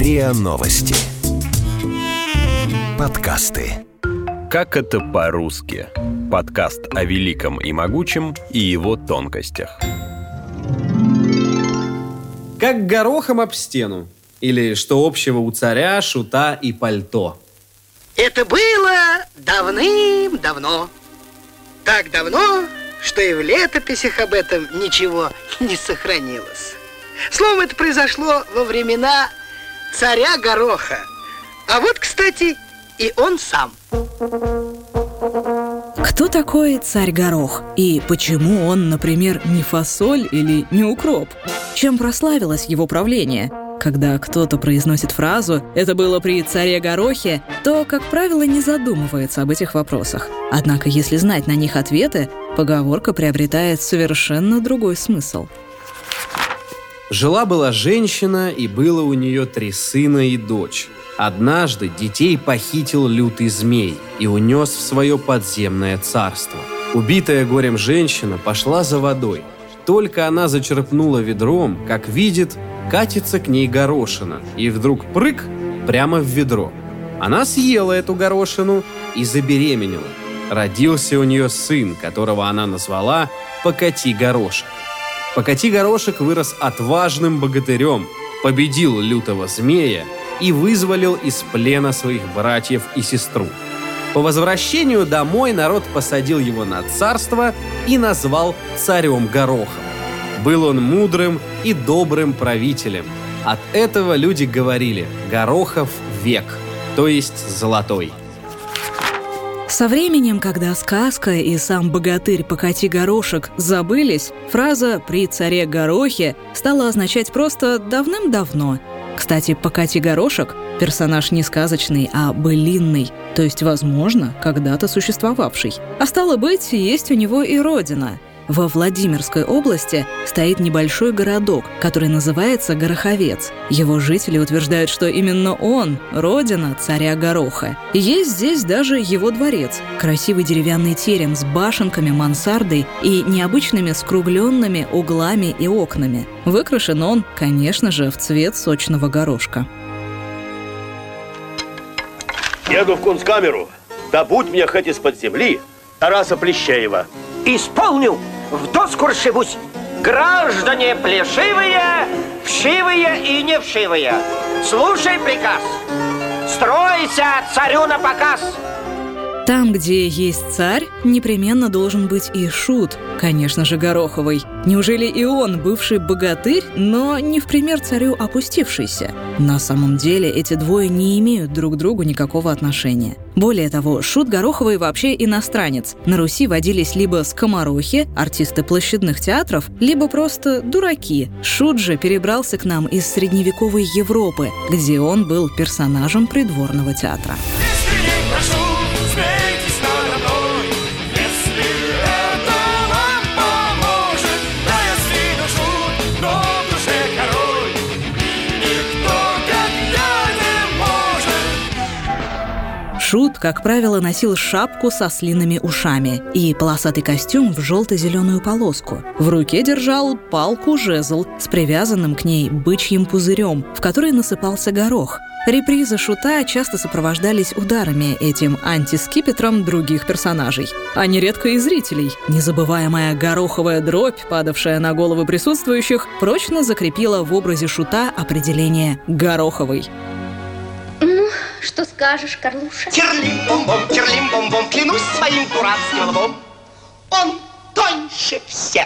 РИА Новости. Подкасты. Как это по-русски? Подкаст о великом и могучем и его тонкостях. Как горохом об стену. Или что общего у царя, шута и пальто. Это было давным-давно. Так давно, что и в летописях об этом ничего не сохранилось. Словом, это произошло во времена царя Гороха. А вот, кстати, и он сам. Кто такой царь Горох? И почему он, например, не фасоль или не укроп? Чем прославилось его правление? Когда кто-то произносит фразу «это было при царе Горохе», то, как правило, не задумывается об этих вопросах. Однако, если знать на них ответы, поговорка приобретает совершенно другой смысл. Жила-была женщина, и было у нее 3 сына и дочь. Однажды детей похитил лютый змей и унес в свое подземное царство. Убитая горем женщина пошла за водой. Только она зачерпнула ведром, как видит, катится к ней горошина, и вдруг прыг прямо в ведро. Она съела эту горошину и забеременела. Родился у нее сын, которого она назвала Покати-горошек. Покати-горошек вырос отважным богатырем, победил лютого змея и вызволил из плена своих братьев и сестру. По возвращению домой народ посадил его на царство и назвал царем Горохом. Был он мудрым и добрым правителем. От этого люди говорили «Горохов век», то есть «золотой». Со временем, когда сказка и сам богатырь Покати-горошек забылись, фраза «при царе Горохе» стала означать просто «давным-давно». Кстати, Покати-горошек – персонаж не сказочный, а былинный, то есть, возможно, когда-то существовавший. А стало быть, есть у него и родина. Во Владимирской области стоит небольшой городок, который называется Гороховец. Его жители утверждают, что именно он – родина царя Гороха. Есть здесь даже его дворец – красивый деревянный терем с башенками, мансардой и необычными скругленными углами и окнами. Выкрашен он, конечно же, в цвет сочного горошка. Еду в кунсткамеру. Добудь мне хоть из-под земли Тараса Плещеева. Исполню, в доску расшибусь. Граждане плешивые, вшивые и не вшивые, слушай приказ. Стройся царю на показ. Там, где есть царь, непременно должен быть и шут, конечно же, Гороховый. Неужели и он бывший богатырь, но не в пример царю опустившийся? На самом деле эти двое не имеют друг к другу никакого отношения. Более того, шут Гороховый вообще иностранец. На Руси водились либо скоморохи, артисты площадных театров, либо просто дураки. Шут же перебрался к нам из средневековой Европы, где он был персонажем придворного театра. Шут, как правило, носил шапку со слиными ушами и полосатый костюм в желто-зеленую полоску. В руке держал палку-жезл с привязанным к ней бычьим пузырем, в который насыпался горох. Репризы шута часто сопровождались ударами этим антискипетром других персонажей, а нередко и зрителей. Незабываемая гороховая дробь, падавшая на головы присутствующих, прочно закрепила в образе шута определение «гороховый». Что скажешь, Карлуша? Терлим-бом-бом, клянусь своим дурацким лбом. Он тоньше всех.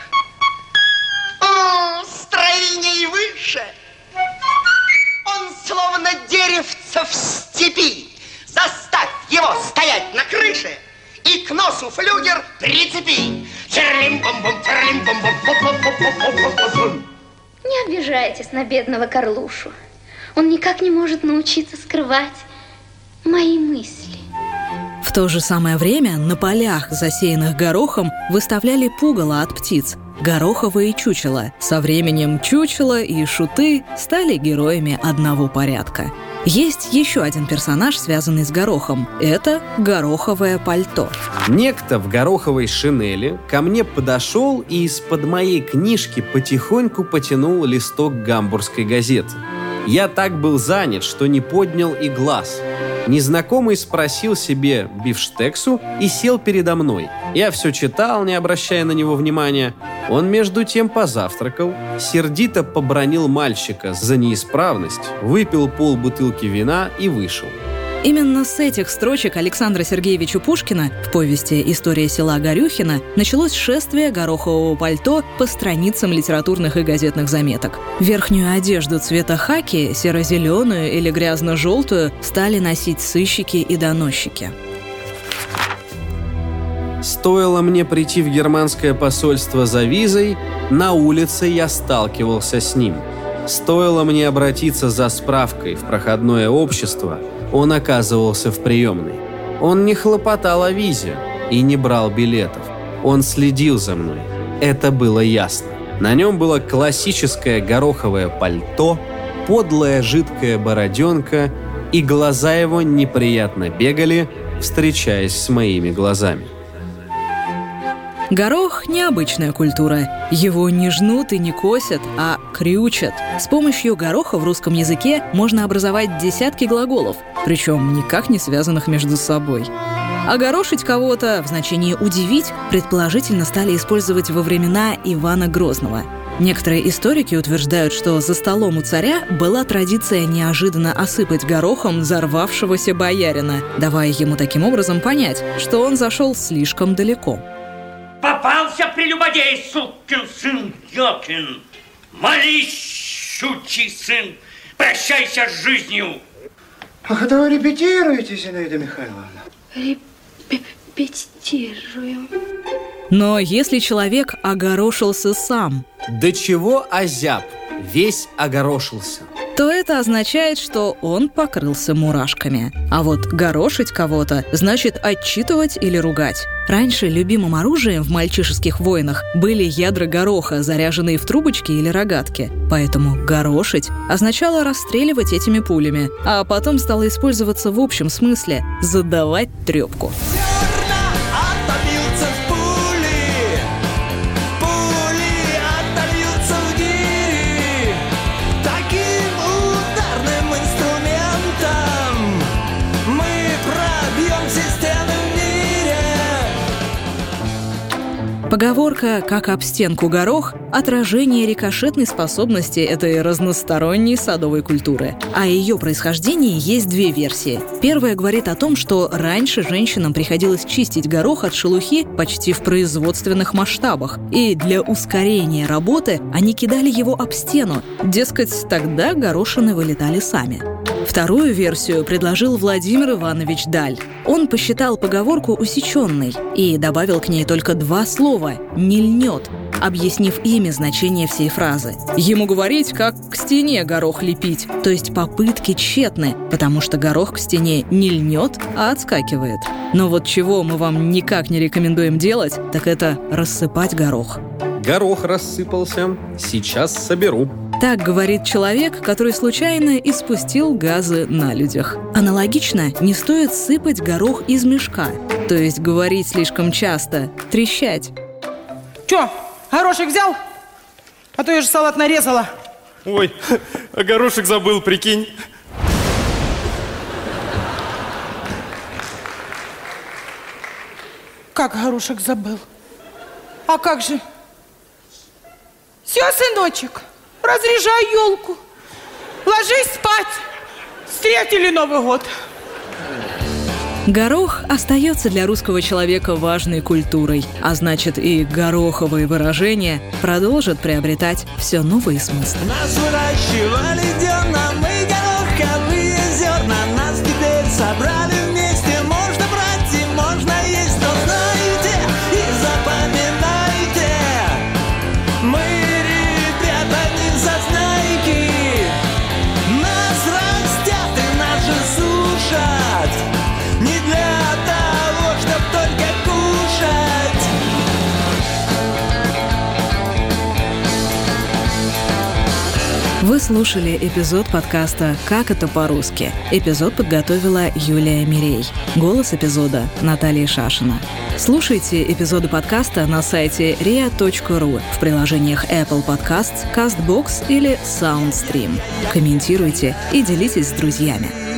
О, стройней выше. Он словно деревце в степи. Заставь его стоять на крыше и к носу флюгер прицепи. Терлим-бом-бом, терлим-бом-бом. Не обижайтесь на бедного Карлушу. Он никак не может научиться скрывать мои мысли. В то же самое время на полях, засеянных горохом, выставляли пугало от птиц – гороховые чучела. Со временем чучела и шуты стали героями одного порядка. Есть еще один персонаж, связанный с горохом. Это гороховое пальто. Некто в гороховой шинели ко мне подошел и из-под моей книжки потихоньку потянул листок гамбургской газеты. Я так был занят, что не поднял и глаз. Незнакомый спросил себе бифштексу и сел передо мной. Я все читал, не обращая на него внимания. Он между тем позавтракал, сердито побранил мальчика за неисправность, выпил полбутылки вина и вышел. Именно с этих строчек Александра Сергеевича Пушкина в повести «История села Горюхино» началось шествие горохового пальто по страницам литературных и газетных заметок. Верхнюю одежду цвета хаки, серо-зеленую или грязно-желтую, стали носить сыщики и доносчики. Стоило мне прийти в германское посольство за визой, на улице я сталкивался с ним. Стоило мне обратиться за справкой в проходное общество, он оказывался в приемной. Он не хлопотал о визе и не брал билетов. Он следил за мной. Это было ясно. На нем было классическое гороховое пальто, подлая жидкая бороденка, и глаза его неприятно бегали, встречаясь с моими глазами. Горох – необычная культура. Его не жнут и не косят, а крючат. С помощью гороха в русском языке можно образовать десятки глаголов, причем никак не связанных между собой. Огорошить кого-то в значении «удивить» предположительно стали использовать во времена Ивана Грозного. Некоторые историки утверждают, что за столом у царя была традиция неожиданно осыпать горохом взорвавшегося боярина, давая ему таким образом понять, что он зашел слишком далеко. Попался прелюбодей, сукин сын Ёкин! Молись, щучий сын! Прощайся с жизнью! Ах, это вы репетируете, Зинаида Михайловна? Репетируем. Но если человек огорошился сам, До чего озяб, весь огорошился. то это означает, что он покрылся мурашками. А вот горошить кого-то значит отчитывать или ругать. Раньше любимым оружием в мальчишеских войнах были ядра гороха, заряженные в трубочки или рогатки. Поэтому горошить означало расстреливать этими пулями, а потом стало использоваться в общем смысле – задавать трепку. Поговорка «как об стенку горох» — отражение рикошетной способности этой разносторонней садовой культуры. О ее происхождении есть две версии. Первая говорит о том, что раньше женщинам приходилось чистить горох от шелухи почти в производственных масштабах, и для ускорения работы они кидали его об стену, дескать, тогда горошины вылетали сами. Вторую версию предложил Владимир Иванович Даль. Он посчитал поговорку усеченной и добавил к ней только два слова «не льнет», объяснив ими значение всей фразы. Ему говорить, как к стене горох лепить, то есть попытки тщетны, потому что горох к стене не льнет, а отскакивает. Но вот чего мы вам никак не рекомендуем делать, так это рассыпать горох. Горох рассыпался, сейчас соберу. Так говорит человек, который случайно испустил газы на людях. Аналогично не стоит сыпать горох из мешка, то есть говорить слишком часто, трещать. Чё, горошек взял? А то я же салат нарезала. Ой, а горошек забыл, прикинь. Как горошек забыл? А как же? Все, сыночек, разряжай елку. Ложись спать. Встретили Новый год. Горох остается для русского человека важной культурой, а значит и гороховые выражения продолжат приобретать все новые смыслы. Нас выращивали денно, мы гороховые зерна, нас теперь собрали вместе, можно брать и можно есть, но знаете и запоминайте, мы ребята не зазнайки, нас растят и нас же сушат. Не для того, чтоб только кушать. Вы слушали эпизод подкаста «Как это по-русски». Эпизод подготовила Юлия Мирей. Голос эпизода — Наталья Шашина. Слушайте эпизоды подкаста на сайте ria.ru, в приложениях Apple Podcasts, CastBox или SoundStream. Комментируйте и делитесь с друзьями.